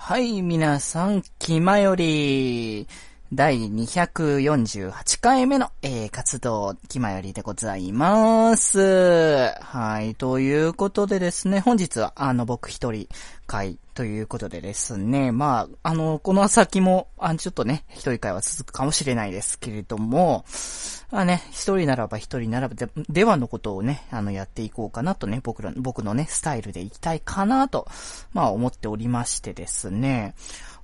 はい、皆さん、気まより、第248回目の、活動、気まよりでございます。はい、ということでですね、本日は、僕一人会ということでですね、この先も、ちょっとね、一人会は続くかもしれないですけれども、一人ならばではのことをね、やっていこうかなとね、僕のね、スタイルでいきたいかなと、思っておりましてですね、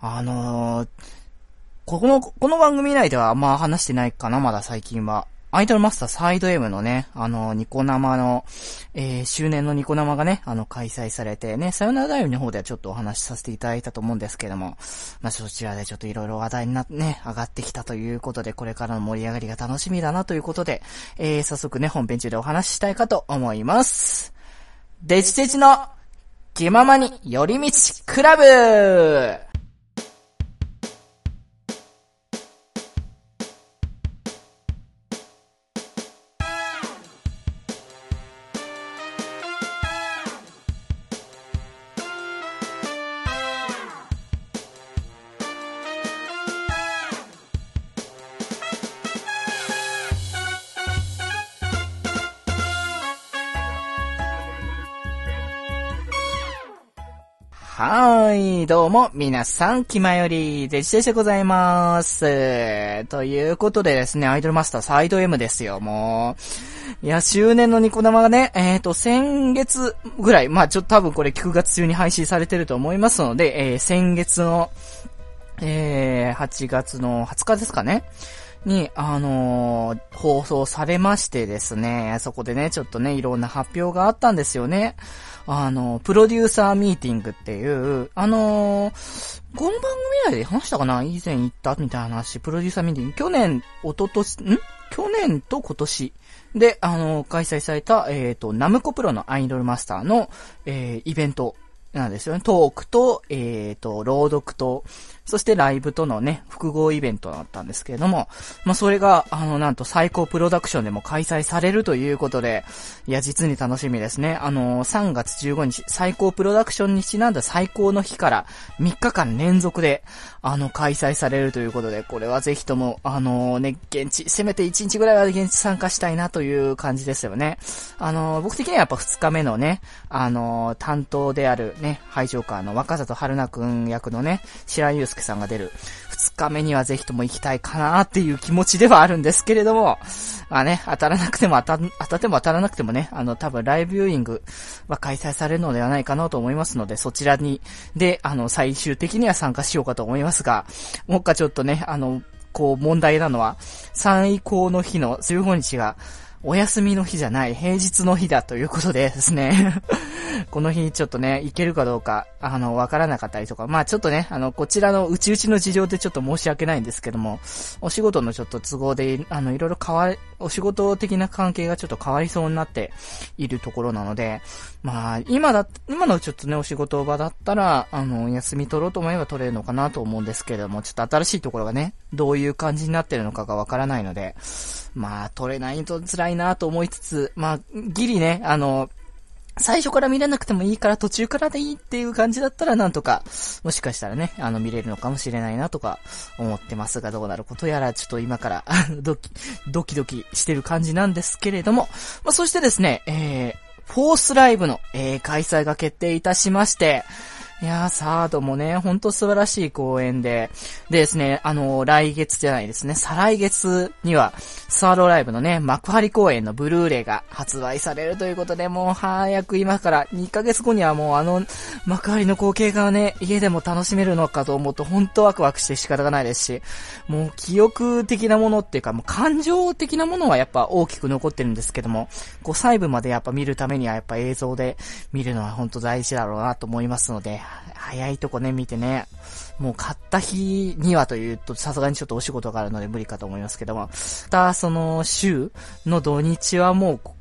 この番組内では話してないかな、まだ最近は。アイドルマスターサイド M のね、ニコ生の、周年のニコ生がね、開催されてね、さよならだよりの方ではちょっとお話しさせていただいたと思うんですけども、そちらでちょっといろいろ話題になってね、上がってきたということで、これからの盛り上がりが楽しみだなということで、早速ね、本編中でお話ししたいかと思います。デジデジの気ままに寄り道クラブ。はい、どうも、皆さん、気まより、デジデジでございます。ということでですね、アイドルマスターサイド M ですよ、もう。いや、周年のニコ生がね、先月ぐらい、ちょっと多分これ9月中に配信されてると思いますので、先月の、8月の20日ですかね。に、放送されましてですね、そこでね、ちょっとね、いろんな発表があったんですよね。プロデューサーミーティングっていう、この番組内で話したかな、以前言ったみたいな話、プロデューサーミーティング、去年と今年で、開催された、ナムコプロのアイドルマスターの、イベントなんですよね。トークと、朗読と、そしてライブとのね、複合イベントだったんですけれども、それが、なんと最高プロダクションでも開催されるということで、いや、実に楽しみですね。3月15日、最高プロダクションにちなんだ最高の日から3日間連続で、開催されるということで、これはぜひとも、せめて1日ぐらいは現地参加したいなという感じですよね。僕的にはやっぱ2日目のね、担当であるね、ハイジョーカーの若里春菜くん役のね、白井祐介さんが出る2日目にはぜひとも行きたいかなっていう気持ちではあるんですけれども、当たらなくても当たっても当たらなくてもね、多分ライブビューイングは開催されるのではないかなと思いますので、そちらで、最終的には参加しようかと思いますが、もっかちょっとね、問題なのは、最高の日の15日が、お休みの日じゃない平日の日だということでですねこの日ちょっとね行けるかどうかわからなかったりとか、ちょっとねこちらのうちの事情でちょっと申し訳ないんですけども、お仕事のちょっと都合でいろいろお仕事的な関係がちょっと変わりそうになっているところなので、今のちょっとねお仕事場だったら休み取ろうと思えば取れるのかなと思うんですけれども、ちょっと新しいところがねどういう感じになってるのかがわからないので、取れないと辛いなと思いつつ、ギリね、最初から見れなくてもいいから途中からでいいっていう感じだったらなんとか、もしかしたらね、見れるのかもしれないなとか思ってますが、どうなることやらちょっと今からドキドキしてる感じなんですけれども、そしてですね、フォースライブの、開催が決定いたしまして、いやー、サードもね、ほんと素晴らしい公演でですね、来月じゃないですね、再来月には、サードライブのね、幕張公演のブルーレイが発売されるということで、もう早く今から2ヶ月後にはもう幕張の光景がね、家でも楽しめるのかと思うと、ほんとワクワクして仕方がないですし、もう記憶的なものっていうか、もう感情的なものはやっぱ大きく残ってるんですけども、細部までやっぱ見るためにはやっぱ映像で見るのはほんと大事だろうなと思いますので、早いとこね見てね、もう買った日にはというとさすがにちょっとお仕事があるので無理かと思いますけども、その週の土日はもう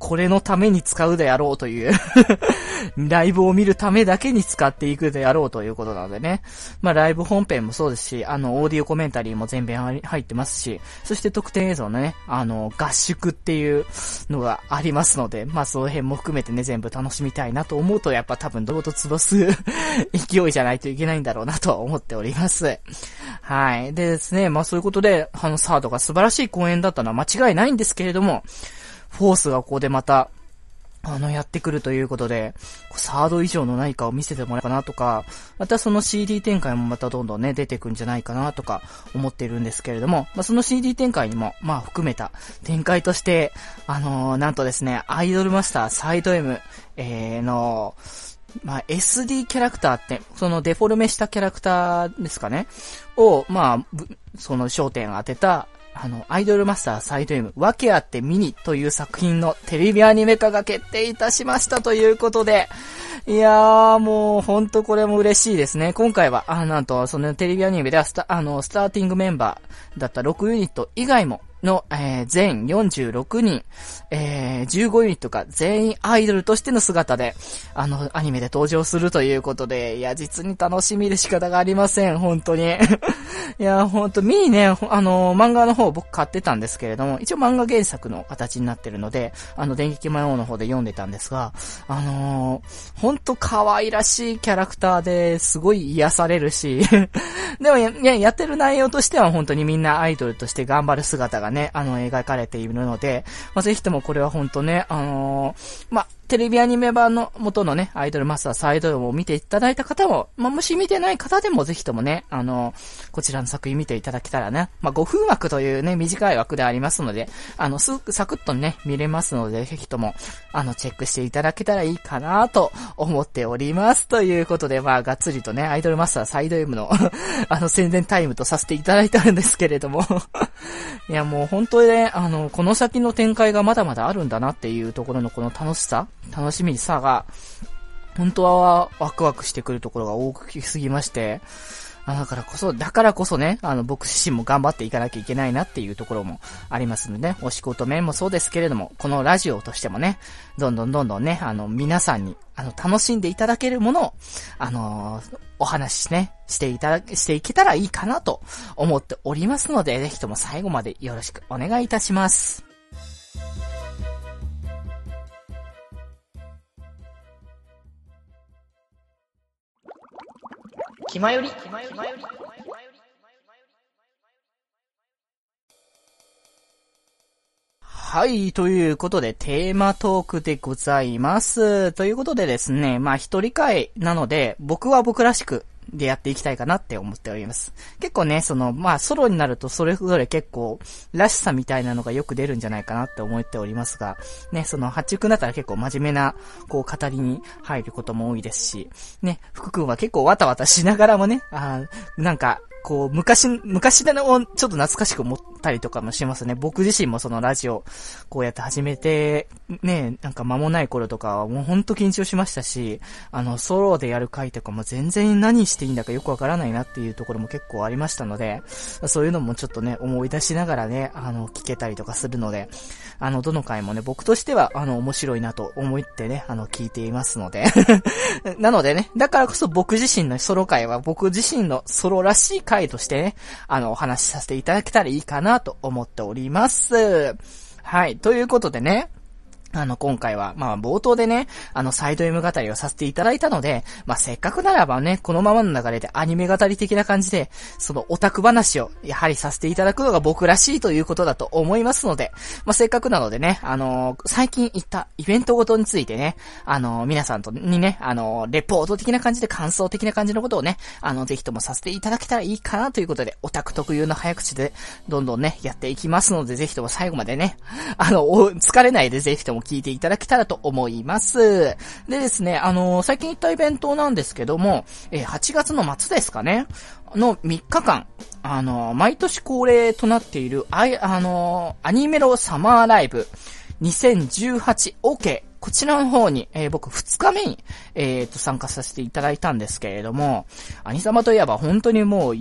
これのために使うであろうというライブを見るためだけに使っていくであろうということなのでね。まあライブ本編もそうですし、オーディオコメンタリーも全編入ってますし、そして特典映像のね、合宿っていうのがありますので、まあその辺も含めてね、全部楽しみたいなと思うと、やっぱ多分どうと潰す勢いじゃないといけないんだろうなとは思っております。はい。でですね、まあそういうことで、サードが素晴らしい公演だったのは間違いないんですけれども、フォースがここでまた、やってくるということで、サード以上の何かを見せてもらおうかなとか、またその CD 展開もまたどんどんね、出てくんじゃないかなとか思っているんですけれども、まあ、その CD 展開にも、まあ含めた展開として、なんとですね、アイドルマスターサイド M、の、まあ、SD キャラクターって、そのデフォルメしたキャラクターですかねを、まあ、その焦点を当てた、アイドルマスターサイド M、訳あってミニという作品のテレビアニメ化が決定いたしましたということで、いやーもうほんとこれも嬉しいですね。今回は、なんとそのテレビアニメではスターティングメンバーだった6ユニット以外も、の、全46人、15ユニットが全員アイドルとしての姿で、アニメで登場するということで、いや、実に楽しみで仕方がありません、本当に。いや、ほんと、ミニね、漫画の方僕買ってたんですけれども、一応漫画原作の形になってるので、電撃魔王の方で読んでたんですが、ほんと可愛らしいキャラクターですごい癒されるし、でもやってる内容としては本当にみんなアイドルとして頑張る姿がね、描かれているので、まあ、ぜひともこれは本当ね、まあ、テレビアニメ版の元のね、アイドルマスターサイドを見ていただいた方も、まあ、もし見てない方でもぜひともね、こちらの作品見ていただけたらね、まあ、5分枠というね、短い枠でありますので、サクッとね、見れますので、ぜひとも、チェックしていただけたらいいかなと思っております。ということで、まあ、がっつりとね、アイドルマスターサイド M の宣伝タイムとさせていただいたんですけれども、いや、もう本当にね、この先の展開がまだまだあるんだなっていうところのこの楽しみさが、本当はワクワクしてくるところが大きすぎまして、だからこそね、僕自身も頑張っていかなきゃいけないなっていうところもありますのでね、お仕事面もそうですけれども、このラジオとしてもね、どんどんね、皆さんに、楽しんでいただけるものを、お話ね、していけたらいいかなと思っておりますので、ぜひとも最後までよろしくお願いいたします。気まより。はい、ということでテーマトークでございます。ということでですね、まあ一人会なので、僕は僕らしくでやっていきたいかなって思っております。結構ね、まあソロになるとそれぞれ結構らしさみたいなのがよく出るんじゃないかなって思っておりますが、ね、八中くんだったら結構真面目な、語りに入ることも多いですし、ね、福くんは結構わたわたしながらもね、なんか、昔のをちょっと懐かしく思ったりとかもしますね。僕自身もそのラジオ、こうやって始めて、ね、なんか間もない頃とかはもうほんと緊張しましたし、ソロでやる回とかも全然何していいんだかよくわからないなっていうところも結構ありましたので、そういうのもちょっとね、思い出しながらね、聞けたりとかするので、どの回もね、僕としては、面白いなと思ってね、聞いていますので。なのでね、だからこそ僕自身のソロ回は僕自身のソロらしい回としてね、お話しさせていただけたらいいかなと思っております。はい。ということでね、今回は、まあ、冒頭でね、サイド M 語りをさせていただいたので、まあ、せっかくならばね、このままの流れでアニメ語り的な感じで、そのオタク話を、やはりさせていただくのが僕らしいということだと思いますので、まあ、せっかくなのでね、最近行ったイベントごとについてね、皆さんにね、レポート的な感じで感想的な感じのことをね、ぜひともさせていただけたらいいかなということで、オタク特有の早口で、どんどんね、やっていきますので、ぜひとも最後までね、疲れないでぜひとも聞いていただけたらと思います。でですね、最近行ったイベントなんですけども、8月の末ですかね、の3日間、毎年恒例となっている、アニメロサマーライブ 2018OK、こちらの方に、僕2日目に、参加させていただいたんですけれども、アニサマといえば本当にもう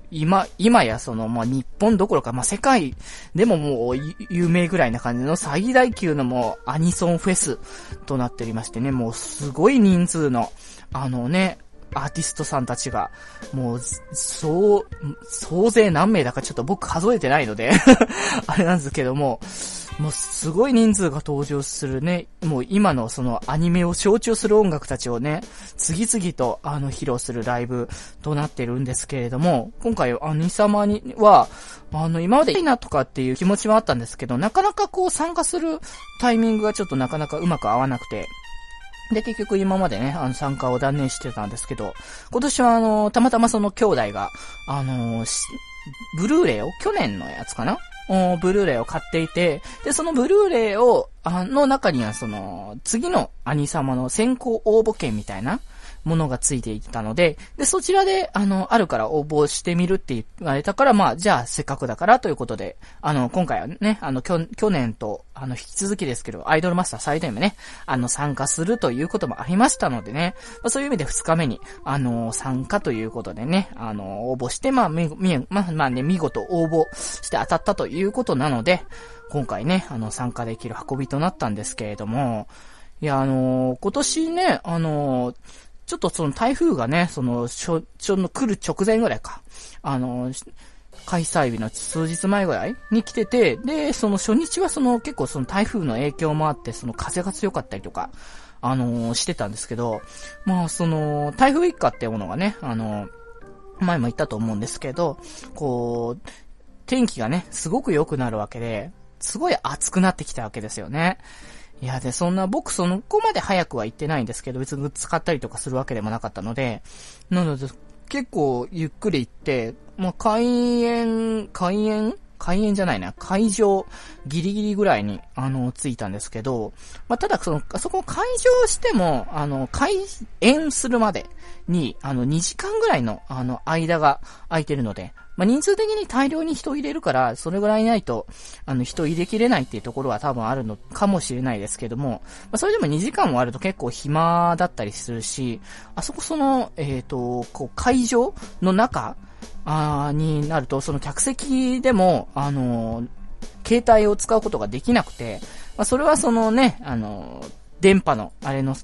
今やその、まあ、日本どころか、まあ、世界でももう有名ぐらいな感じの最大級のもうアニソンフェスとなっておりましてね、もうすごい人数の、アーティストさんたちが、もう、総勢何名だかちょっと僕数えてないので、あれなんですけども、もうすごい人数が登場するね、もう今のそのアニメを象徴する音楽たちをね、次々と披露するライブとなってるんですけれども、今回兄様には、今までいいなとかっていう気持ちはあったんですけど、なかなかこう参加するタイミングがちょっとなかなかうまく合わなくて、で、結局今までね、参加を断念してたんですけど、今年はたまたまその兄弟が、ブルーレイを、去年のやつかな？ブルーレイを買っていて、で、そのブルーレイを、の中にはその、次の兄様の先行応募券みたいなものがついていたので、で、そちらで、あるから応募してみるって言われたから、まあ、じゃあ、せっかくだからということで、今回はね、去年と、引き続きですけど、アイドルマスターサイド M ね、参加するということもありましたのでね、まあ、そういう意味で2日目に、参加ということでね、応募して、まあ、見事応募して当たったということなので、今回ね、参加できる運びとなったんですけれども、いや、今年ね、ちょっとその台風がね、その、来る直前ぐらいか。開催日の数日前ぐらいに来てて、で、その初日はその結構その台風の影響もあって、その風が強かったりとか、してたんですけど、まあその、台風一過っていうものがね、前も言ったと思うんですけど、こう、天気がね、すごく良くなるわけで、すごい暑くなってきたわけですよね。いや、で、僕そこまで早くは行ってないんですけど、別にグッズ買ったりとかするわけでもなかったので、なので、結構ゆっくり行って、もう開演じゃないな、会場ギリギリぐらいに、着いたんですけど、まあ、ただあそこ会場しても、開演するまでに、2時間ぐらいの、間が空いてるので、まあ、人数的に大量に人を入れるから、それぐらいないと、人入れきれないっていうところは多分あるのかもしれないですけども、まあ、それでも2時間もあると結構暇だったりするし、あそここう、会場の中、になると、その客席でも、携帯を使うことができなくて、まあ、それはそのね、電波の、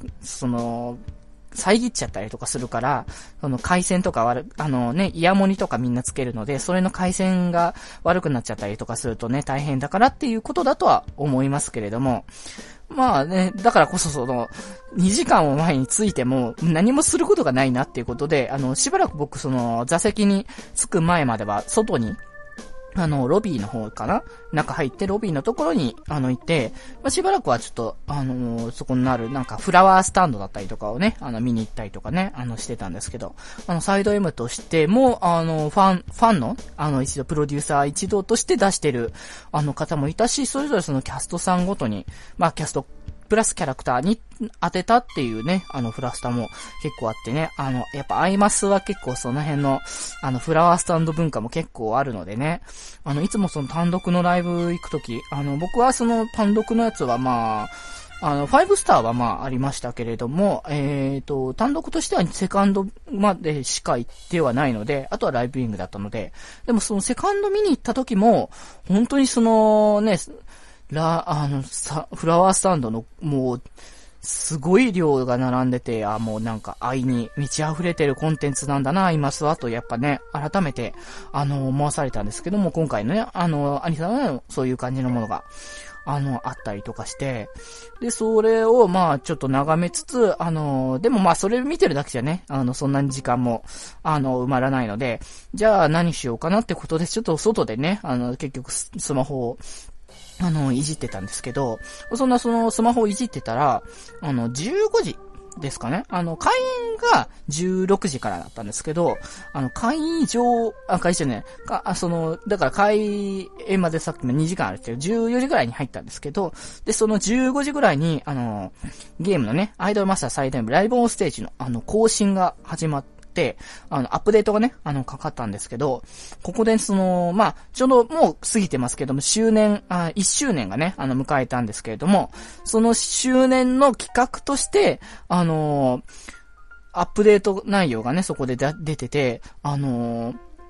遮っちゃったりとかするから、その回線とかイヤモニとかみんなつけるので、それの回線が悪くなっちゃったりとかするとね、大変だからっていうことだとは思いますけれども、まあね、だからこそ2時間も前に着いても何もすることがないなっていうことで、しばらく僕座席に着く前までは外に、ロビーの方かな中入ってロビーのところに、行って、まあ、しばらくはちょっと、そこになる、なんかフラワースタンドだったりとかをね、見に行ったりとかね、してたんですけど、サイド M としても、ファンの、一度プロデューサー一同として出してる、方もいたし、それぞれそのキャストさんごとに、まあ、キャスト、プラスキャラクターに当てたっていうね、フラスタも結構あってね、やっぱアイマスは結構その辺の、フラワースタンド文化も結構あるのでね、いつもその単独のライブ行くとき、僕はその単独のやつはまあ、5スターはまあありましたけれども、単独としてはセカンドまでしか行ってはないので、あとはライブイングだったので、でもそのセカンド見に行った時も、本当にそのね、フラワースタンドの、もう、すごい量が並んでて、もうなんか愛に満ち溢れてるコンテンツなんだな、今すわと、やっぱね、改めて、思わされたんですけども、今回のね、アニさんはそういう感じのものが、あったりとかして、で、それを、まあ、ちょっと眺めつつ、でもまあ、それ見てるだけじゃね、そんなに時間も、埋まらないので、じゃあ何しようかなってことで、ちょっと外でね、結局、スマホを、いじってたんですけど、そのスマホをいじってたら、15時ですかね。開演が16時からだったんですけど、会場ね、だから開演までさっきの2時間あるっていう14時ぐらいに入ったんですけど、で、その15時ぐらいに、ゲームのね、アイドルマスター最大のライブオンステージの、更新が始まって、アップデートがね、かかったんですけど、ここでまあ、ちょうどもう過ぎてますけども、1周年がね、迎えたんですけれども、その周年の企画として、アップデート内容がね、そこで出てて、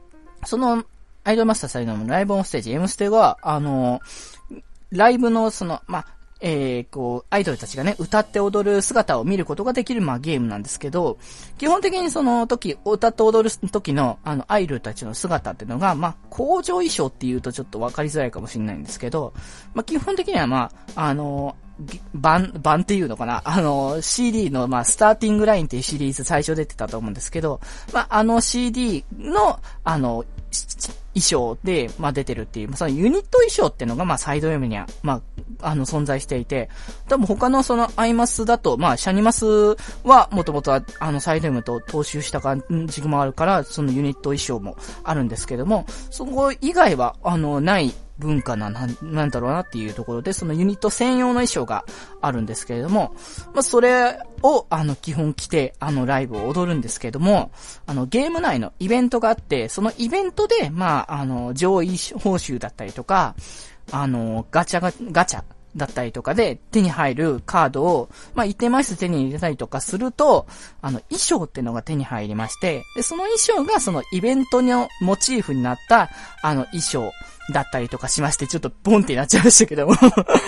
その、アイドルマスターサイドのライブオンステージ、M ステが、ライブのアイドルたちがね、歌って踊る姿を見ることができる、ゲームなんですけど、基本的にその時、歌って踊る時の、アイドルたちの姿っていうのが、工場衣装っていうとちょっとわかりづらいかもしれないんですけど、基本的には版っていうのかなCD の、スターティングラインっていうシリーズ最初出てたと思うんですけど、CD の、衣装で、出てるっていう、そのユニット衣装っていうのが、サイド M には、存在していて、多分他のそのアイマスだと、シャニマスはもともとは、サイド M と踏襲した感じもあるから、そのユニット衣装もあるんですけども、そこ以外は、ない文化なんだろうなっていうところで、そのユニット専用の衣装があるんですけれども、それを、基本着て、ライブを踊るんですけれども、ゲーム内のイベントがあって、そのイベントで、上位報酬だったりとか、ガチャだったりとかで手に入るカードを、一定枚数手に入れたりとかすると、衣装ってのが手に入りまして、で、その衣装がそのイベントのモチーフになった、衣装だったりとかしまして、ちょっとボンってなっちゃいましたけども、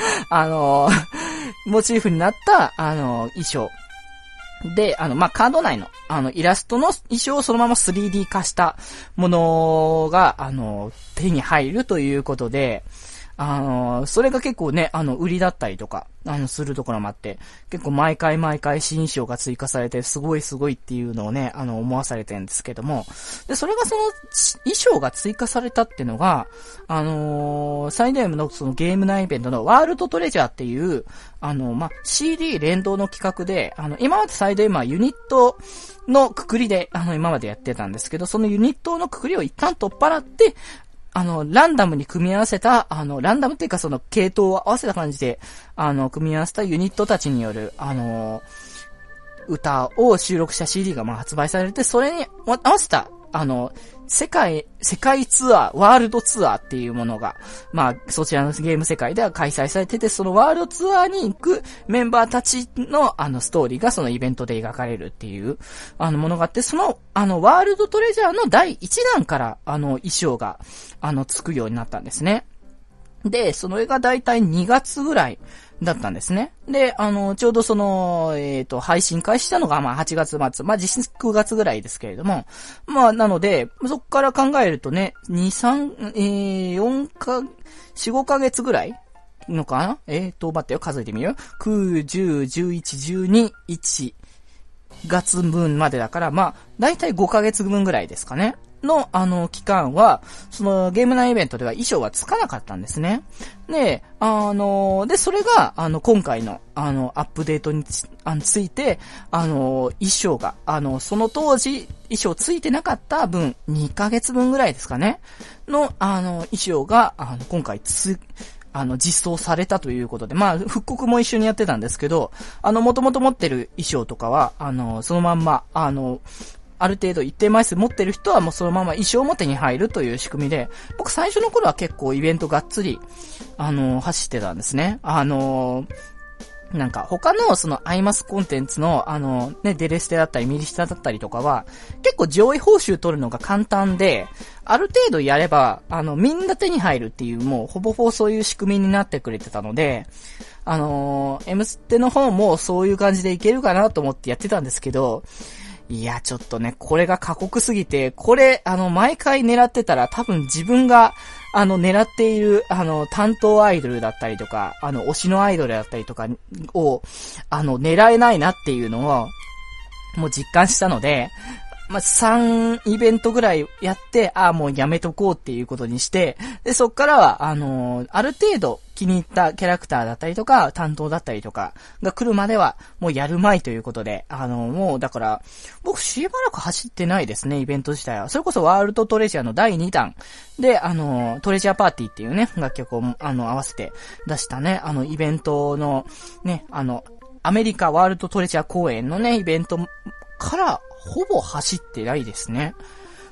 モチーフになった、衣装。で、カード内の、イラストの衣装をそのまま 3D 化したものが、手に入るということで、それが結構ね、売りだったりとか、するところもあって、結構毎回新衣装が追加されて、すごいっていうのをね、思わされてるんですけども、で、それがその、衣装が追加されたっていうのが、サイド M のそのゲーム内イベントのワールドトレジャーっていう、CD 連動の企画で、今までサイド M はユニットのくくりで、今までやってたんですけど、そのユニットのくくりを一旦取っ払って、ランダムに組み合わせた、ランダムっていうかその系統を合わせた感じで、組み合わせたユニットたちによる、歌を収録した CD が発売されて、それに合わせた、世界ツアー、ワールドツアーっていうものが、そちらのゲーム世界では開催されてて、そのワールドツアーに行くメンバーたちの、ストーリーがそのイベントで描かれるっていう、ものがあって、その、ワールドトレジャーの第1弾から、衣装が、つくようになったんですね。で、それがだいたい2月ぐらいだったんですね。で、ちょうどその、配信開始したのが、8月末、実質9月ぐらいですけれども、なので、そこから考えるとね、4、5ヶ月ぐらいのかな待ってよ、数えてみよう。9、10、11、12、1月分までだから、だいたい5ヶ月分ぐらいですかね。の、期間は、その、ゲーム内イベントでは衣装がつかなかったんですね。で、で、それが、今回の、アップデートについて、衣装が、その当時、衣装ついてなかった分、2ヶ月分ぐらいですかね。の、衣装が、今回実装されたということで、復刻も一緒にやってたんですけど、元々持ってる衣装とかは、そのまんま、ある程度一定枚数持ってる人はもうそのまま衣装も手に入るという仕組みで、僕最初の頃は結構イベントがっつり、走ってたんですね。なんか他のそのアイマスコンテンツのデレステだったりミリスタだったりとかは、結構上位報酬取るのが簡単で、ある程度やれば、みんな手に入るっていう、もうほぼほぼそういう仕組みになってくれてたので、M ステの方もそういう感じでいけるかなと思ってやってたんですけど、いや、ちょっとね、これが過酷すぎて、これ、毎回狙ってたら多分自分が、狙っている、担当アイドルだったりとか、推しのアイドルだったりとかを、狙えないなっていうのを、もう実感したので、3イベントぐらいやって、もうやめとこうっていうことにして、で、そっからは、ある程度気に入ったキャラクターだったりとか、担当だったりとかが来るまでは、もうやるまいということで、もうだから、僕しばらく走ってないですね、イベント自体は。それこそワールドトレジャーの第2弾で、トレジャーパーティーっていうね、楽曲を、合わせて出したね、イベントの、ね、アメリカワールドトレジャー公演のね、イベントから、ほぼ走ってないですね。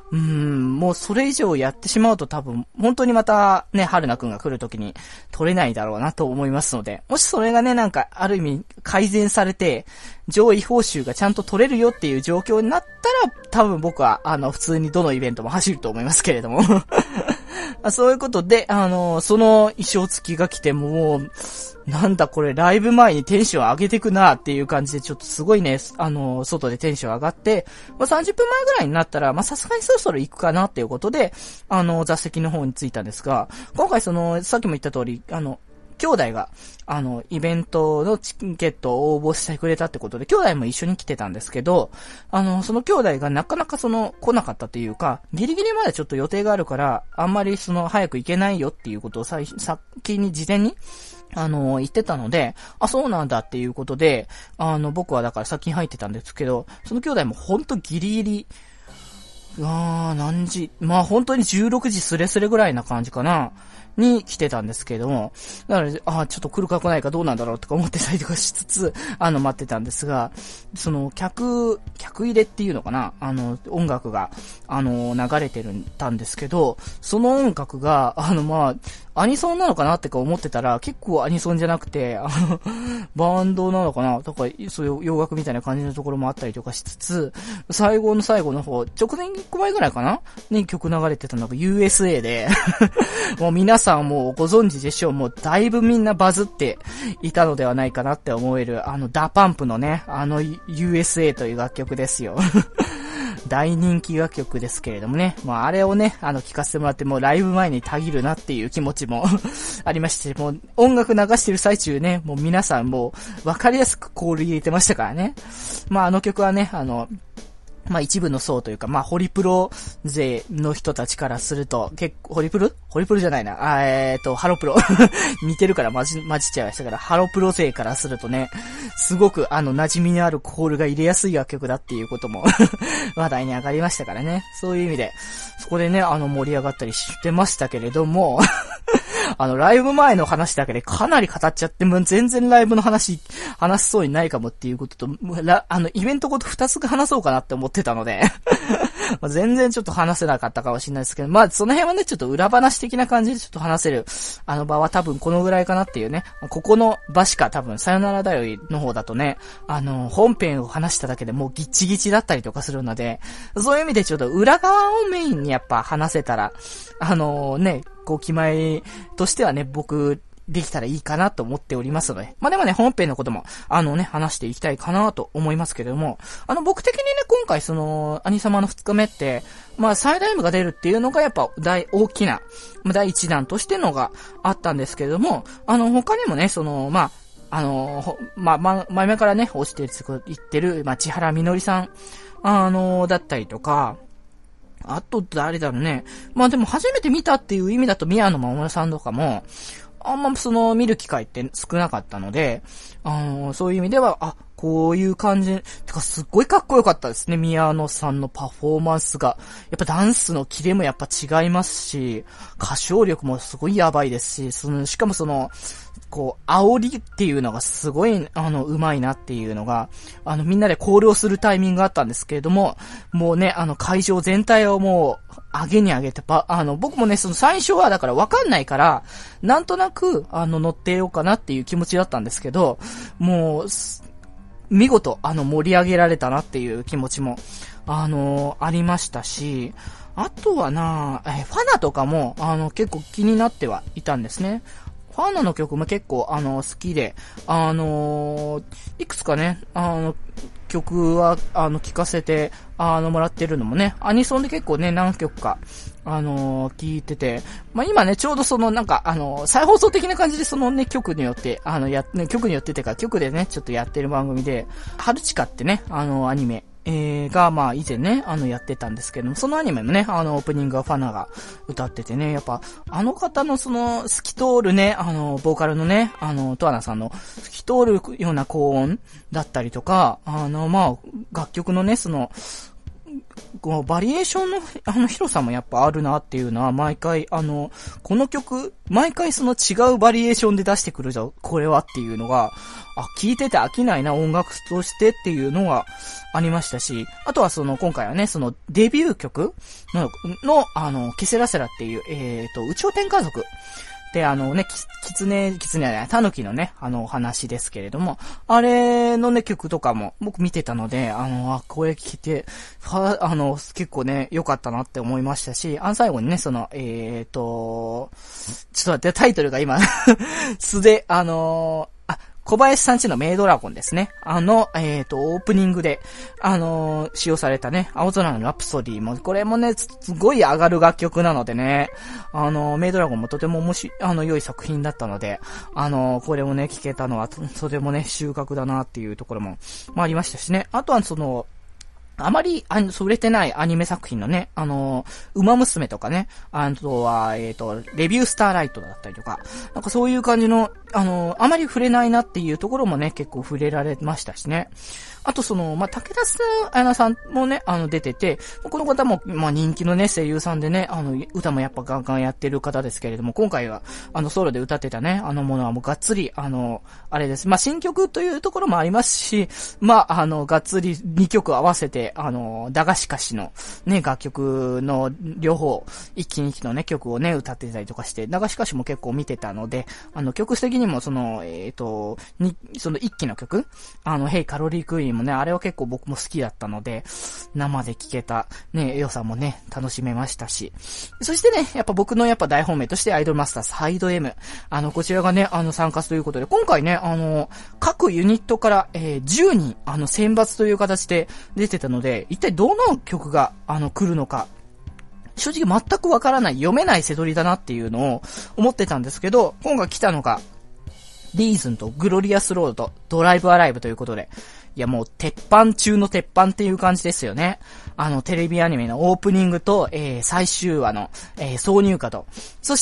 もうそれ以上やってしまうと多分、本当にまたね、春菜くんが来る時に取れないだろうなと思いますので、もしそれがね、なんか、ある意味改善されて、上位報酬がちゃんと取れるよっていう状況になったら、多分僕は、普通にどのイベントも走ると思いますけれども。そういうことで、その衣装付きが来てもう、なんだこれライブ前にテンション上げてくなっていう感じでちょっとすごいね、外でテンション上がって、30分前ぐらいになったら、さすがにそろそろ行くかなっていうことで、座席の方に着いたんですが、今回さっきも言った通り、兄弟が、イベントのチケットを応募してくれたってことで、兄弟も一緒に来てたんですけど、その兄弟がなかなか来なかったというか、ギリギリまでちょっと予定があるから、あんまり早く行けないよっていうことを先に事前に、言ってたので、そうなんだっていうことで、僕はだから先に入ってたんですけど、その兄弟もほんとギリギリ、何時、本当に16時スレスレぐらいな感じかな。に来てたんですけれども、だから、ちょっと来るか来ないかどうなんだろうとか思ってたりとかしつつ、待ってたんですが、客入れっていうのかな、音楽が、流れてたんですけど、その音楽が、アニソンなのかなってか思ってたら、結構アニソンじゃなくて、バンドなのかなとか、そういう洋楽みたいな感じのところもあったりとかしつつ、最後の方、直前1個前ぐらいかなに曲流れてたのが USA で、もう皆さんもうご存知でしょう。もうだいぶみんなバズっていたのではないかなって思える、ダパンプのね、USA という楽曲ですよ。大人気楽曲ですけれどもね。あれをね、聴かせてもらってもうライブ前にたぎるなっていう気持ちもありまして、もう音楽流してる最中ね、もう皆さんもうわかりやすくコール入れてましたからね。曲はね、一部の層というか、ホリプロ勢の人たちからすると、結構、ホリプロじゃないな。ハロプロ。似てるから混じっちゃいましたから、ハロプロ勢からするとね、すごく馴染みのあるコールが入れやすい楽曲だっていうことも話題に上がりましたからね。そういう意味で、そこでね、盛り上がったりしてましたけれども、ライブ前の話だけでかなり語っちゃって、もう全然ライブの話しそうにないかもっていうことと、イベントごと2つ話そうかなって思ってたので、全然ちょっと話せなかったかもしれないですけど、その辺はね、ちょっと裏話的な感じでちょっと話せる、場は多分このぐらいかなっていうね、ここの場しか多分、さよならだよの方だとね、本編を話しただけでもうギッチギチだったりとかするので、そういう意味でちょっと裏側をメインにやっぱ話せたら、ね、気前としてはね、僕、できたらいいかなと思っておりますので。でもね、本編のことも、話していきたいかなと思いますけれども、僕的にね、今回兄様の2日目って、最大 M が出るっていうのがやっぱ大きな、第一弾としてのがあったんですけれども、他にもね、前々からね、押して言ってる、千原みのりさん、だったりとか、あと誰だろうね。でも初めて見たっていう意味だと宮野真守さんとかも、あんま見る機会って少なかったので、そういう意味では、こういう感じ、てかすっごいかっこよかったですね、宮野さんのパフォーマンスが。やっぱダンスのキレもやっぱ違いますし、歌唱力もすごいやばいですし、しかも煽りっていうのがすごい、うまいなっていうのが、みんなでコールをするタイミングがあったんですけれども、もうね、会場全体をもう、上げに上げて、僕もね、最初はだからわかんないから、なんとなく、乗ってようかなっていう気持ちだったんですけど、もう、見事、盛り上げられたなっていう気持ちも、ありましたし、あとはファナとかも、結構気になってはいたんですね。ファナの曲も結構、好きで、いくつかね、曲は、聴かせて、もらってるのもね、アニソンで結構ね、何曲か、聴いてて、今ね、ちょうど再放送的な感じで曲によって、曲によっててか、曲でね、ちょっとやってる番組で、春近ってね、アニメ、が、以前ね、やってたんですけども、そのアニメもね、オープニングはファナが歌っててね、やっぱ、方の透き通るね、ボーカルのね、トアナさんの透き通るような高音だったりとか、楽曲のね、 こうバリエーションの、広さもやっぱあるなっていうのは、毎回、この曲、毎回その違うバリエーションで出してくるじゃん、これはっていうのが、聴いてて飽きないな、音楽としてっていうのがありましたし、あとは今回はね、デビュー曲ケセラセラっていう、宇宙天家族。で、キツネじゃない、タヌキのね、お話ですけれども、あれのね、曲とかも僕見てたので、これ聞いて、結構ね、良かったなって思いましたし、最後にね、ちょっと待って、タイトルが今、素で、小林さんちのメイドラゴンですね。オープニングで、使用されたね、青空のラプソディも、これもね、すごい上がる楽曲なのでね、メイドラゴンもとても良い作品だったので、これをね、聴けたのは、とてもね、収穫だなっていうところも、ありましたしね。あとはあまり、売れてないアニメ作品のね、ウマ娘とかね、あとは、レビュースターライトだったりとか、なんかそういう感じの、あまり触れないなっていうところもね、結構触れられましたしね。あと武田彩奈さんもね、出てて、この方も、人気のね、声優さんでね、歌もやっぱガンガンやってる方ですけれども、今回は、ソロで歌ってたね、ものはもうがっつり、あれです。新曲というところもありますし、がっつり2曲合わせて、駄菓子歌詞のね、楽曲の両方、一気に一気のね、曲をね、歌ってたりとかして、駄菓子歌詞も結構見てたので、曲的にも一気の曲、ヘイカロリークイーンもね、あれは結構僕も好きだったので、生で聴けたね、良さもね、楽しめましたし。そしてね、やっぱ僕の大本命としてアイドルマスターサイド M。こちらがね、参加ということで、今回ね、各ユニットから、10人、選抜という形で出てたので、一体どの曲が、来るのか、正直全くわからない、読めない瀬取りだなっていうのを思ってたんですけど、今回来たのが、リーズンとグロリアスロードとドライブアライブということで、いやもう鉄板中の鉄板っていう感じですよね。テレビアニメのオープニングと、最終話の、挿入歌と、そして、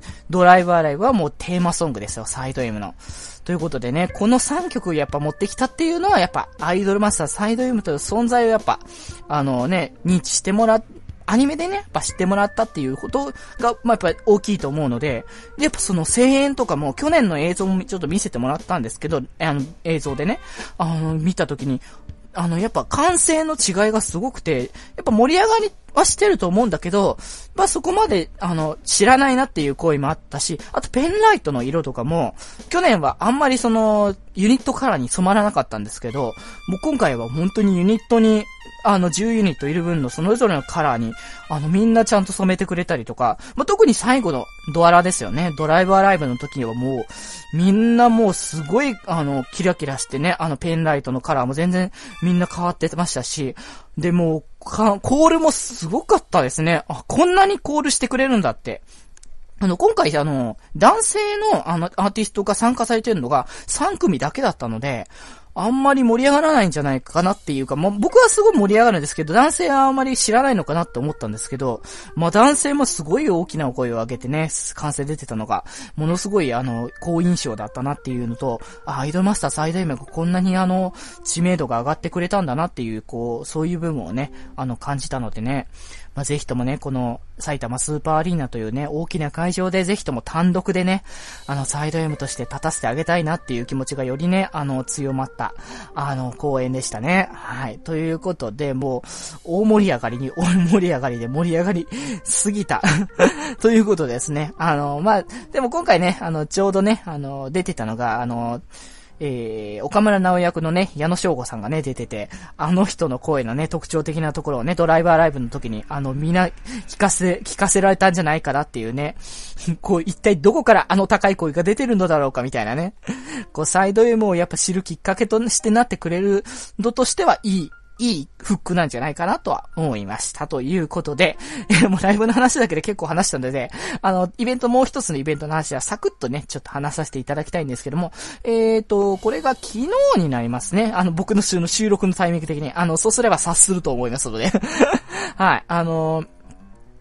ドライブアライブはもうテーマソングですよ、サイド M の。ということでね、この3曲やっぱ持ってきたっていうのはやっぱアイドルマスターサイド M という存在をやっぱ、認知してもらって、アニメでね、やっぱ知ってもらったっていうことが、やっぱり大きいと思うので、で、やっぱ声援とかも、去年の映像もちょっと見せてもらったんですけど、映像でね、見たときに、やっぱ歓声の違いがすごくて、やっぱ盛り上がりはしてると思うんだけど、そこまで、知らないなっていう声もあったし、あとペンライトの色とかも、去年はあんまりユニットカラーに染まらなかったんですけど、もう今回は本当にユニットに、10ユニットいる分のそれぞれのカラーに、みんなちゃんと染めてくれたりとか、特に最後のドアラですよね。ドライブアライブの時にはもう、みんなもうすごい、キラキラしてね、ペンライトのカラーも全然みんな変わってましたし、で、もう、コールもすごかったですね。こんなにコールしてくれるんだって。今回男性のアーティストが参加されてるのが3組だけだったので、あんまり盛り上がらないんじゃないかなっていうか、僕はすごい盛り上がるんですけど、男性はあんまり知らないのかなって思ったんですけど、男性もすごい大きな声を上げてね、歓声出てたのが、ものすごい好印象だったなっていうのと、アイドルマスター最大名がこんなに知名度が上がってくれたんだなっていう、そういう部分をね、感じたのでね、ぜひともね、この埼玉スーパーアリーナというね、大きな会場でぜひとも単独でね、サイド M として立たせてあげたいなっていう気持ちがよりね、強まった、公演でしたね。はい。ということで、もう、大盛り上がりに、大盛り上がりで盛り上がりすぎた。ということですね。でも今回ね、ちょうどね、出てたのが、岡村直役のね、矢野翔吾さんがね、出てて、人の声のね、特徴的なところをね、ドライバーライブの時に、みんな聞かせられたんじゃないかなっていうね、一体どこから高い声が出てるのだろうかみたいなね、サイド M をやっぱ知るきっかけとしてなってくれるのとしては、いいフックなんじゃないかなとは思いました。ということで、もうライブの話だけで結構話したので、イベント、もう一つのイベントの話はサクッとね、ちょっと話させていただきたいんですけども、これが昨日になりますね。僕の収録のタイミング的に。そうすれば察すると思いますので。はい。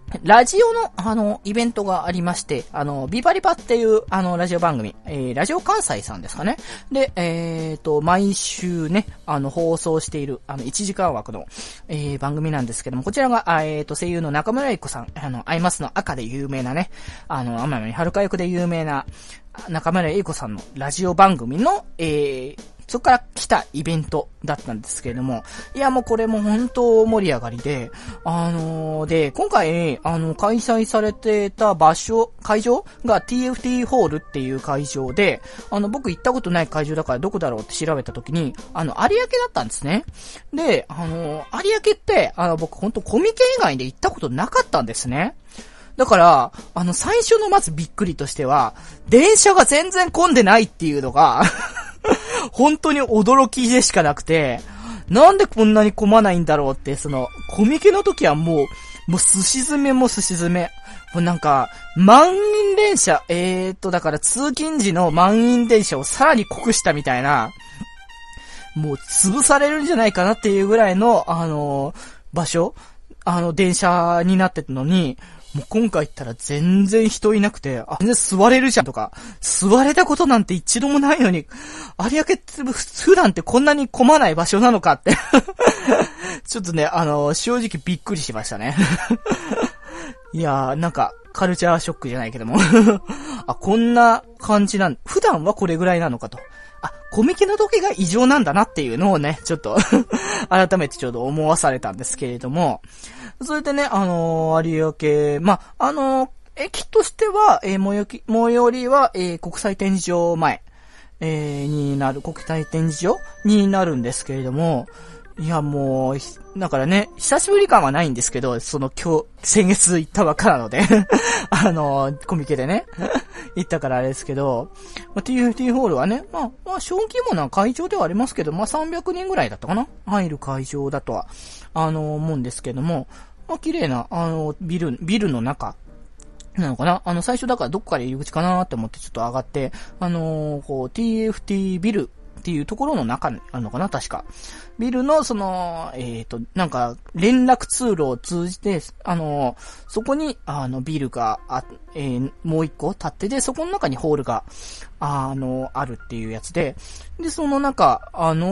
ラジオの、イベントがありまして、ビバリバっていう、ラジオ番組、ラジオ関西さんですかね。で、毎週ね、放送している、1時間枠の、番組なんですけども、こちらが、声優の中村ゆ子さん、アイマスの赤で有名なね、天海遥役で有名な、中村ゆ子さんのラジオ番組の、そこから来たイベントだったんですけれども、いやもうこれも本当盛り上がりで、で、今回、開催されてた会場が TFT ホールっていう会場で、僕行ったことない会場だからどこだろうって調べた時に、有明だったんですね。で、有明って、僕本当コミケ以外で行ったことなかったんですね。だから、最初のまずびっくりとしては、電車が全然混んでないっていうのが、本当に驚きでしかなくて、なんでこんなに混まないんだろうって、コミケの時はもう寿司詰めも寿司詰め。もうなんか、満員電車、だから通勤時の満員電車をさらに濃くしたみたいな、もう潰されるんじゃないかなっていうぐらいの、場所、電車になってたのに、もう今回行ったら全然人いなくて、全然座れるじゃんとか、座れたことなんて一度もないのに、有明って普段ってこんなに混まない場所なのかって。ちょっとね、正直びっくりしましたね。いやー、なんか、カルチャーショックじゃないけども。こんな感じ普段はこれぐらいなのかと。コミケの時が異常なんだなっていうのをね、ちょっと、改めてちょっと思わされたんですけれども、それでね、有明、駅としては、最寄りは、国際展示場前、国際展示場になるんですけれども、いや、もう、だからね、久しぶり感はないんですけど、先月行ったばっかなので、コミケでね、行ったからあれですけど、TFT ホールはね、小規模な会場ではありますけど、300人ぐらいだったかな入る会場だとは、思うんですけども、綺麗な、ビルの中、なのかな最初だからどっから入り口かなって思ってちょっと上がって、TFT ビル、っていうところの中にあるのかな確か。ビルのなんか、連絡通路を通じて、そこに、ビルがもう一個立ってて、そこの中にホールが、あるっていうやつで、で、その中、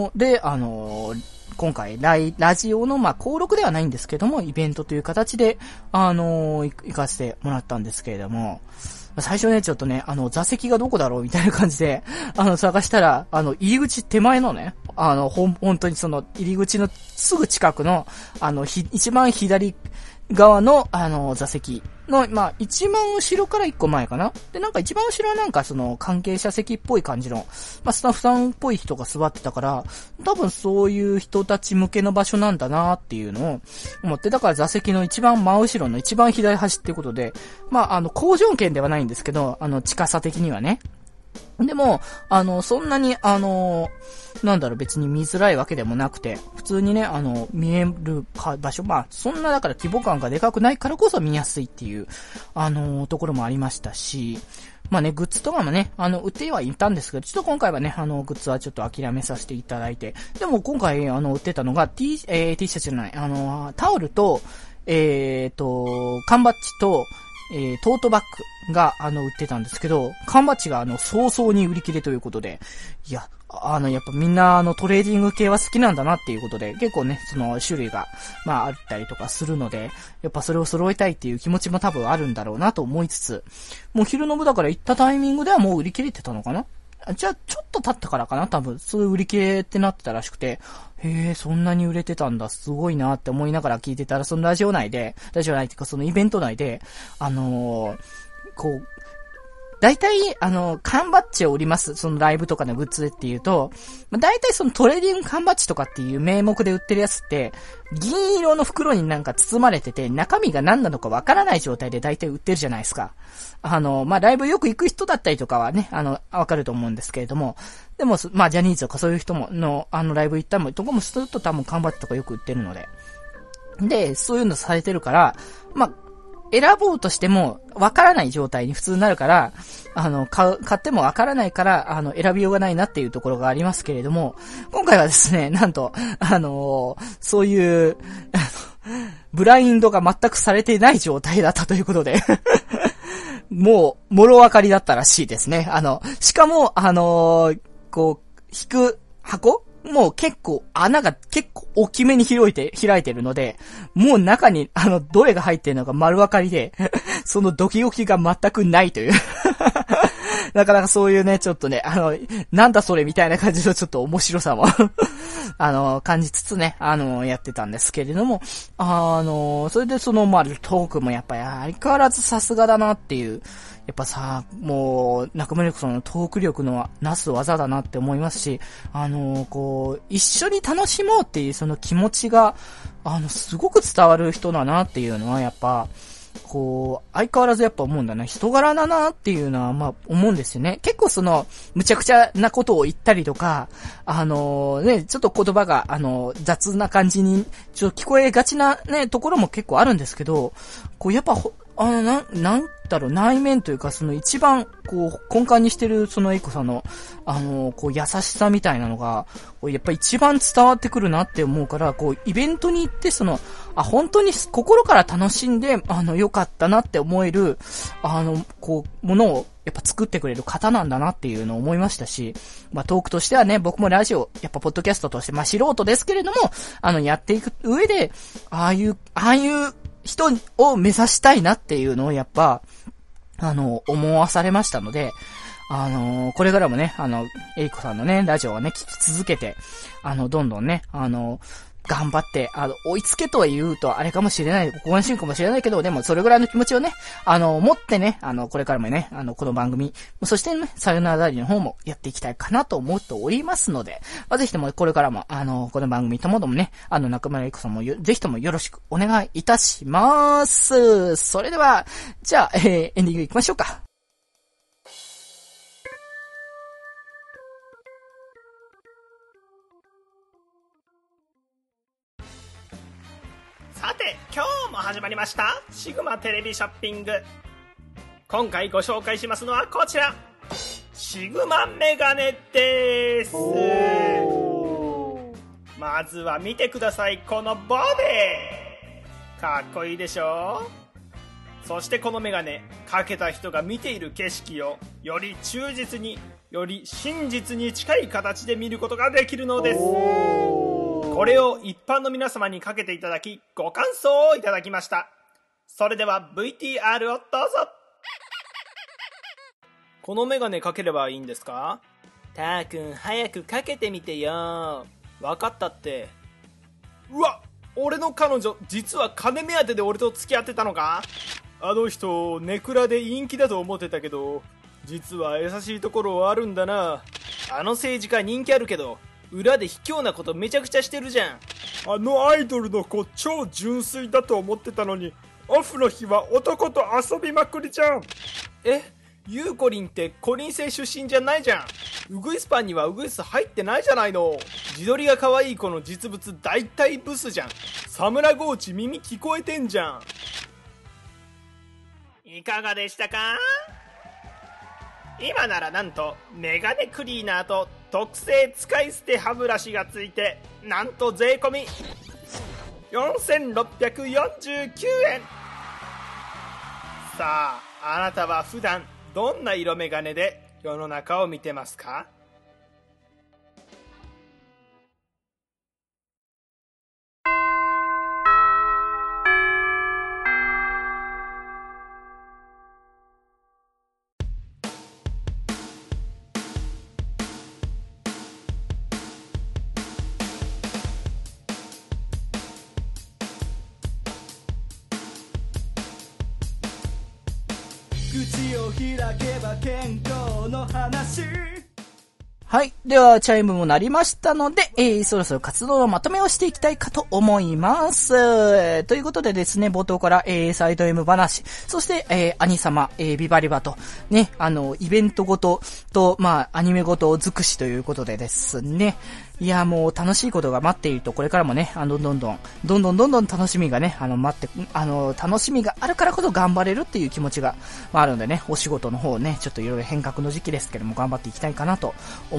今回、ラジオの、登録ではないんですけども、イベントという形で、行かせてもらったんですけれども、最初ね、ちょっとね、座席がどこだろうみたいな感じで、探したら、入り口手前のね、本当に入り口のすぐ近くの、一番左側の、座席の、一番後ろから一個前かな。で、なんか一番後ろはなんか関係者席っぽい感じの、スタッフさんっぽい人が座ってたから、多分そういう人たち向けの場所なんだなっていうのを思って、だから座席の一番真後ろの一番左端っていうことで、工場圏ではないんですけど、近さ的にはね。でも、そんなに、別に見づらいわけでもなくて、普通にね、見える場所、そんなだから規模感がでかくないからこそ見やすいっていう、ところもありましたし、グッズとかもね、売ってはいたんですけど、ちょっと今回はね、グッズはちょっと諦めさせていただいて、でも今回、売ってたのが T シャツじゃない、タオルと、缶バッジと、トートバッグが、売ってたんですけど、缶バッジが、早々に売り切れということで、いや、やっぱみんな、トレーディング系は好きなんだなっていうことで、結構ね、種類が、あったりとかするので、やっぱそれを揃えたいっていう気持ちも多分あるんだろうなと思いつつ、もう昼の部だから行ったタイミングではもう売り切れてたのかな？じゃあ、ちょっと経ったからかな多分、そういう売り切れってなってたらしくて、そんなに売れてたんだ、すごいなって思いながら聞いてたら、そのラジオ内っていうか、そのイベント内で、大体、缶バッジを売ります。そのライブとかのグッズでっていうと、大体そのトレーディング缶バッジとかっていう名目で売ってるやつって、銀色の袋になんか包まれてて、中身が何なのかわからない状態で大体売ってるじゃないですか。ライブよく行く人だったりとかはね、わかると思うんですけれども、でも、ジャニーズとかそういう人も、ライブ行ったも、とかもすると多分缶バッジとかよく売ってるので。で、そういうのされてるから、選ぼうとしても、わからない状態に普通になるから、買ってもわからないから、選びようがないなっていうところがありますけれども、今回はですね、なんと、そういう、 ブラインドが全くされてない状態だったということで、もう、もろ分かりだったらしいですね。しかも、こう、引く箱もう結構穴が結構大きめに開いてるので、もう中にどれが入ってるのか丸分かりで、そのドキドキが全くないという。なかなかそういうね、ちょっとね、なんだそれみたいな感じのちょっと面白さも感じつつね、やってたんですけれども、それでトークもやっぱり相変わらずさすがだなっていう、やっぱさ、もう、中村さんのトーク力のなす技だなって思いますし、こう、一緒に楽しもうっていうその気持ちが、すごく伝わる人だなっていうのは、やっぱ、こう、相変わらずやっぱ思うんだな。人柄だなっていうのは、まあ、思うんですよね。結構むちゃくちゃなことを言ったりとか、ちょっと言葉が、雑な感じに、ちょっと聞こえがちなね、ところも結構あるんですけど、こう、やっぱなんだろう、内面というか、一番、こう、根幹にしてる、エイコさんの、こう、優しさみたいなのが、こうやっぱ一番伝わってくるなって思うから、こう、イベントに行って、本当に心から楽しんで、良かったなって思える、こう、ものを、やっぱ作ってくれる方なんだなっていうのを思いましたし、まあ、トークとしてはね、僕もラジオ、やっぱポッドキャストとして、まあ、素人ですけれども、やっていく上で、ああいう人を目指したいなっていうのをやっぱ、思わされましたので、これからもね、エイコさんのね、ラジオをね、聞き続けて、どんどんね、頑張って、追いつけとは言うとあれかもしれない、ご安心かもしれないけど、でもそれぐらいの気持ちをね、持ってね、これからもね、この番組、そしてね、さよならダリの方もやっていきたいかなと思っておりますので、まあ、ぜひともこれからも、この番組ともどもね、中村ゆきさんもぜひともよろしくお願いいたします。それでは、じゃあ、エンディング行きましょうか。 さて、今日も始まりましたシグマテレビショッピング。今回ご紹介しますのはこちら、シグマメガネです。まずは見てください、このボディかっこいいでしょ。そしてこのメガネかけた人が見ている景色をより忠実に、より真実に近い形で見ることができるのです。これを一般の皆様にかけていただき、ご感想をいただきました。それでは VTR をどうぞ。このメガネかければいいんですか？たーくん、早くかけてみてよ。わかったって。うわ、俺の彼女、実は金目当てで俺と付き合ってたのか？あの人、ネクラで陰気だと思ってたけど、実は優しいところあるんだな。あの政治家人気あるけど、裏で卑怯なことめちゃくちゃしてるじゃん。あのアイドルの子超純粋だと思ってたのに、オフの日は男と遊びまくりじゃん。ゆうこりんってコリン星出身じゃないじゃん。ウグイスパンにはウグイス入ってないじゃないの。自撮りが可愛い子の実物大体ブスじゃん。サムラゴーチ耳聞こえてんじゃん。いかがでしたか？今ならなんとメガネクリーナーと特製使い捨て歯ブラシがついて、なんと税込み4649円。さあ、あなたは普段どんな色メガネで世の中を見てますか？ 口を開けば健康の話。 はい。では、チャイムも鳴りましたので、そろそろ活動のまとめをしていきたいかと思います。ということでですね、冒頭から、サイド M 話、そして、兄様、ビバリバと、ね、イベントごとと、まあ、アニメごと尽くしということでですね、いや、もう楽しいことが待っていると、これからもね、どんどん楽しみがね、楽しみがあるからこそ頑張れるっていう気持ちが、あるんでね、お仕事の方ね、ちょっといろいろ変革の時期ですけども、頑張っていきたいかなと思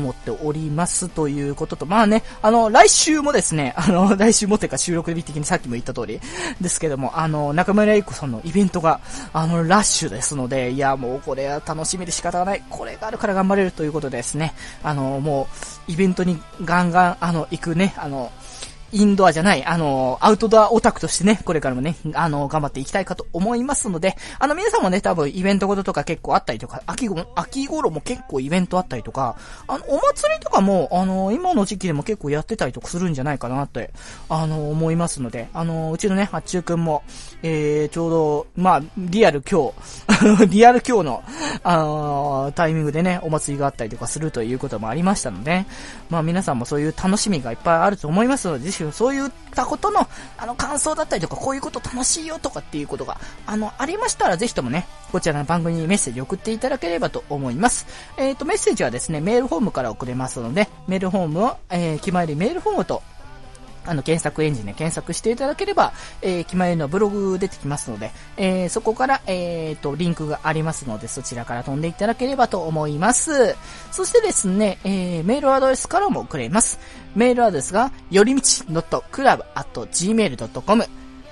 思っておりますということと、まあね、来週もですね、来週もっていうか収録日的にさっきも言った通りですけども、中村ゆう子さんのイベントが、ラッシュですので、いや、もうこれは楽しみで仕方がない。これがあるから頑張れるということでですね、もう、イベントにガンガン、行くね、インドアじゃない、アウトドアオタクとしてね、これからもね、頑張っていきたいかと思いますので、皆さんもね、多分イベントごととか結構あったりとか、秋頃も結構イベントあったりとか、お祭りとかも、今の時期でも結構やってたりとかするんじゃないかなって、思いますので、うちのね、八中くんも、ちょうど、まあ、リアル今日の、タイミングでね、お祭りがあったりとかするということもありましたので、まあ皆さんもそういう楽しみがいっぱいあると思いますので、そういったことの、感想だったりとか、こういうこと楽しいよとかっていうことが、ありましたら、ぜひともね、こちらの番組にメッセージ送っていただければと思います。メッセージはですね、メールフォームから送れますので、メールフォームを、決まりメールフォームと、検索エンジンで検索していただければ、決まりのブログ出てきますので、そこから、リンクがありますので、そちらから飛んでいただければと思います。そしてですね、メールアドレスからも送れます。メールアドレスが、よりみち.club@gmail.com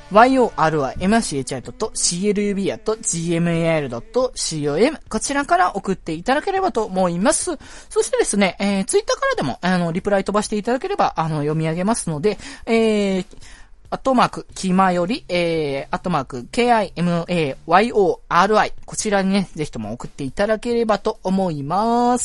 yorimichi.club@gmail.com こちらから送っていただければと思います。そしてですね、ツイッターからでも、リプライ飛ばしていただければ、読み上げますので、きまより、KIMAYORI こちらにね、ぜひとも送っていただければと思います。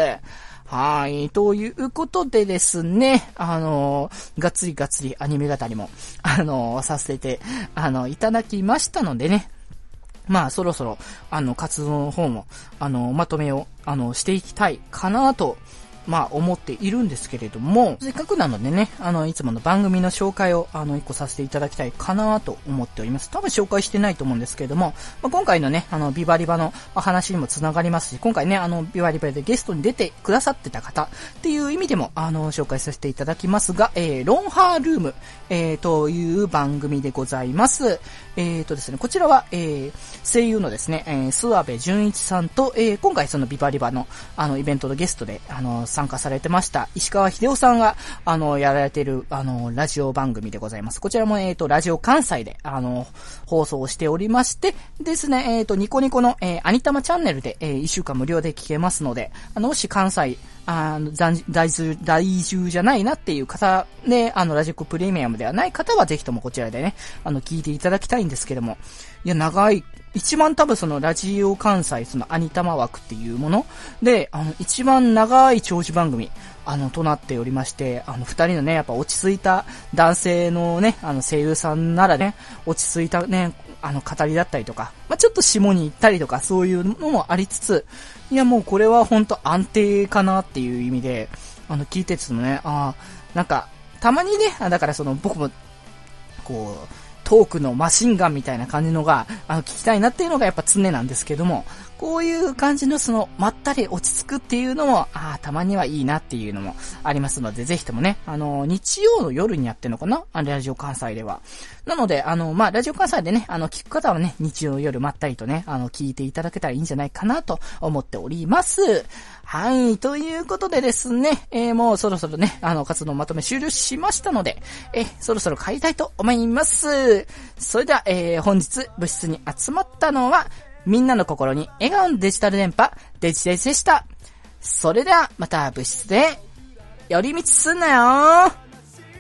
はい。ということでですね、がっつりアニメ語りも、させて、いただきましたのでね。まあ、そろそろ、活動の方も、まとめを、していきたいかなと、まあ、思っているんですけれども、せっかくなのでね、いつもの番組の紹介を、一個させていただきたいかなと思っております。多分紹介してないと思うんですけれども、まあ、今回のね、ビバリバの話にもつながりますし、今回ね、ビバリバでゲストに出てくださってた方っていう意味でも、紹介させていただきますが、ロンハールーム、という番組でございます。ですね、こちらは、声優のですね、諏訪部純一さんと、今回そのビバリバの、イベントのゲストで、参加されてました、石川秀夫さんが、やられている、ラジオ番組でございます。こちらも、ラジオ関西で、放送しておりまして、ですね、ニコニコの、アニタマチャンネルで、1週間無料で聞けますので、もし関西、在住じゃないなっていう方で、ラジコプレミアムではない方はぜひともこちらでね、聞いていただきたいんですけども、いや、一番多分そのラジオ関西、そのアニタマ枠っていうもので、一番長い長寿番組、となっておりまして、二人のね、やっぱ落ち着いた男性のね、声優さんならね、落ち着いたね、語りだったりとか、まあ、ちょっと下に行ったりとか、そういうのもありつつ、いや、もうこれは本当安定かなっていう意味で、聞いててもね、なんか、たまにね、だからその、僕も、こう、トークのマシンガンみたいな感じのが、聞きたいなっていうのがやっぱ常なんですけども、こういう感じのその、まったり落ち着くっていうのも、たまにはいいなっていうのもありますので、ぜひともね、日曜の夜にやってるのかな？ラジオ関西では。なので、まあ、ラジオ関西でね、聞く方はね、日曜の夜まったりとね、聞いていただけたらいいんじゃないかなと思っております。はい、ということでですね、もうそろそろね、活動まとめ終了しましたので、そろそろ帰りたいと思います。それでは、本日部室に集まったのは、みんなの心に笑顔のデジタル電波、デジデジでした。それでは、また部室で、寄り道すんなよ。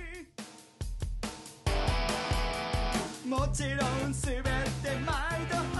もちろんすべて毎度